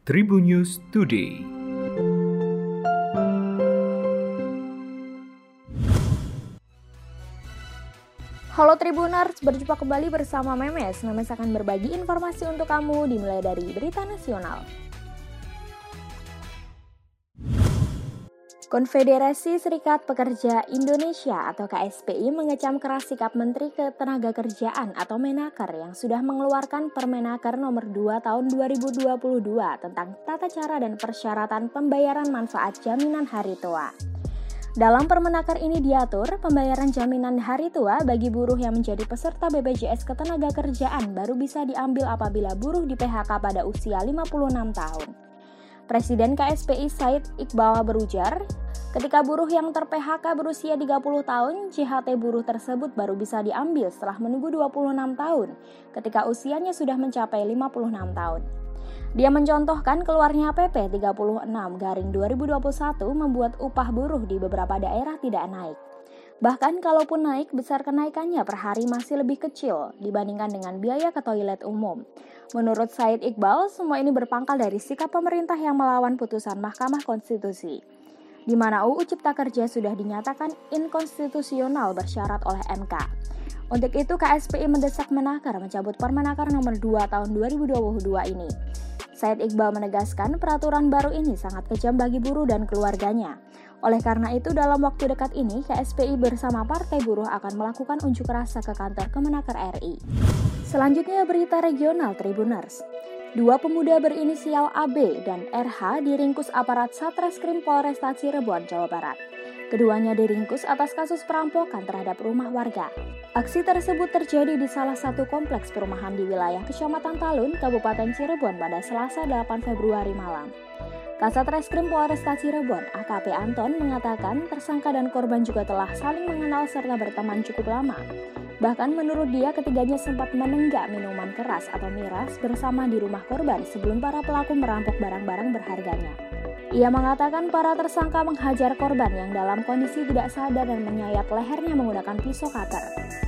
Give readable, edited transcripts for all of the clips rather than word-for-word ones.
Tribun News Today. Halo Tribuners, berjumpa kembali bersama Memes. Memes akan berbagi informasi untuk kamu dimulai dari berita nasional. Konfederasi Serikat Pekerja Indonesia atau KSPI mengecam keras sikap Menteri Ketenagakerjaan atau Menaker yang sudah mengeluarkan Permenaker nomor 2 tahun 2022 tentang tata cara dan persyaratan pembayaran manfaat jaminan hari tua. Dalam Permenaker ini diatur pembayaran jaminan hari tua bagi buruh yang menjadi peserta BPJS Ketenagakerjaan baru bisa diambil apabila buruh di PHK pada usia 56 tahun. Presiden KSPI Said Iqbal berujar, ketika buruh yang ter-PHK berusia 30 tahun, JHT buruh tersebut baru bisa diambil setelah menunggu 26 tahun ketika usianya sudah mencapai 56 tahun. Dia mencontohkan keluarnya PP 36/2021 membuat upah buruh di beberapa daerah tidak naik. Bahkan kalaupun naik, besar kenaikannya per hari masih lebih kecil dibandingkan dengan biaya ke toilet umum. Menurut Said Iqbal, semua ini berpangkal dari sikap pemerintah yang melawan putusan Mahkamah Konstitusi, di mana UU Cipta Kerja sudah dinyatakan inkonstitusional bersyarat oleh MK. Untuk itu, KSPI mendesak Menaker mencabut Permenaker nomor 2 tahun 2022 ini. Said Iqbal menegaskan peraturan baru ini sangat kejam bagi buruh dan keluarganya. Oleh karena itu, dalam waktu dekat ini, KSPI bersama Partai Buruh akan melakukan unjuk rasa ke kantor Kemenaker RI. Selanjutnya berita regional Tribuners. Dua pemuda berinisial AB dan RH diringkus aparat Satreskrim Polresta Cirebon, Jawa Barat. Keduanya diringkus atas kasus perampokan terhadap rumah warga. Aksi tersebut terjadi di salah satu kompleks perumahan di wilayah Kecamatan Talun, Kabupaten Cirebon pada Selasa 8 Februari malam. Kasat Reskrim Polresta Cirebon, AKP Anton, mengatakan tersangka dan korban juga telah saling mengenal serta berteman cukup lama. Bahkan menurut dia, ketiganya sempat menenggak minuman keras atau miras bersama di rumah korban sebelum para pelaku merampok barang-barang berharganya. Ia mengatakan para tersangka menghajar korban yang dalam kondisi tidak sadar dan menyayat lehernya menggunakan pisau cutter.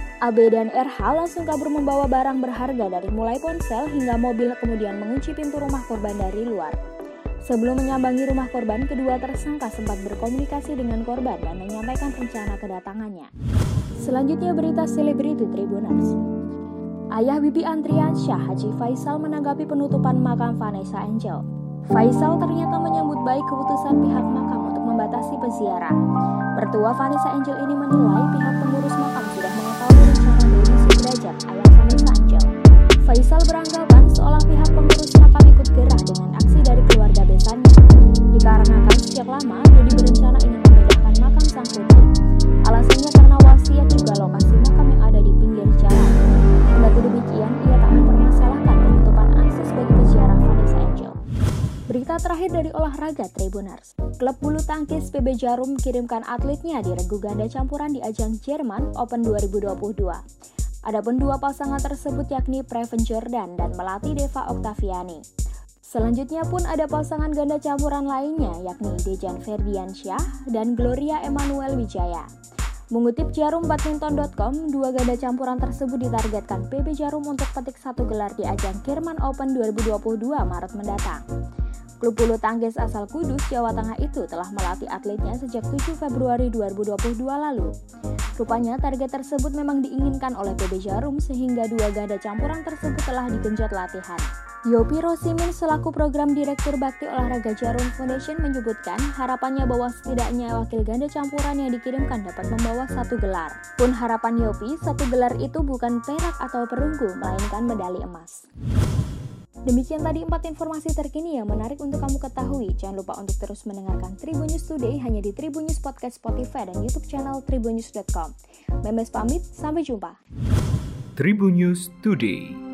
AB dan RH langsung kabur membawa barang berharga dari mulai ponsel hingga mobil, kemudian mengunci pintu rumah korban dari luar. Sebelum menyambangi rumah korban, kedua tersangka sempat berkomunikasi dengan korban dan menyampaikan rencana kedatangannya. Selanjutnya berita selebriti Tribuners. Ayah Bibi Andriansyah, Haji Faisal, menanggapi penutupan makam Vanessa Angel. Faisal ternyata menyambut baik keputusan pihak makam untuk membatasi peziarah. Mertua Vanessa Angel ini menilai pihak pengurus makam sudah mengetahui rencana Dodi Sudrajat, ayah Vanessa Angel. Faisal beranggapan seolah pihak pengurus makam ikut gerah dengan aksi dari keluarga besannya. Dikarenakan sejak lama Dodi berencana ingin memindahkan makam sang putri. Alasannya karena wasiat juga lokasi makam yang ada di pinggir jalan. Kendati demikian, ia tak mempermasalahkan penutupan akses bagi peziarah Vanessa Angel. Berita terakhir dari olahraga Tribuners. Klub bulu tangkis PB Jarum kirimkan atletnya di regu ganda campuran di ajang Jerman Open 2022. Adapun dua pasangan tersebut yakni Preven Jordan dan Melati Deva Oktaviani. Selanjutnya pun ada pasangan ganda campuran lainnya yakni Dejan Ferdiansyah dan Gloria Emmanuel Wijaya. Mengutip jarumbadminton.com, dua ganda campuran tersebut ditargetkan PB Jarum untuk petik satu gelar di ajang Kirman Open 2022 Maret mendatang. Klub bulu tangkis asal Kudus, Jawa Tengah itu telah melatih atletnya sejak 7 Februari 2022 lalu. Rupanya target tersebut memang diinginkan oleh PB Jarum sehingga dua ganda campuran tersebut telah digenjot latihan. Yopi Rosimin selaku program direktur Bakti Olahraga Jarum Foundation menyebutkan harapannya bahwa setidaknya wakil ganda campuran yang dikirimkan dapat membawa satu gelar. Pun harapan Yopi, satu gelar itu bukan perak atau perunggu, melainkan medali emas. Demikian tadi 4 informasi terkini yang menarik untuk kamu ketahui. Jangan lupa untuk terus mendengarkan Tribun News Today hanya di Tribun News Podcast Spotify dan YouTube channel tribunnews.com. Memes pamit, sampai jumpa. Tribun News Today.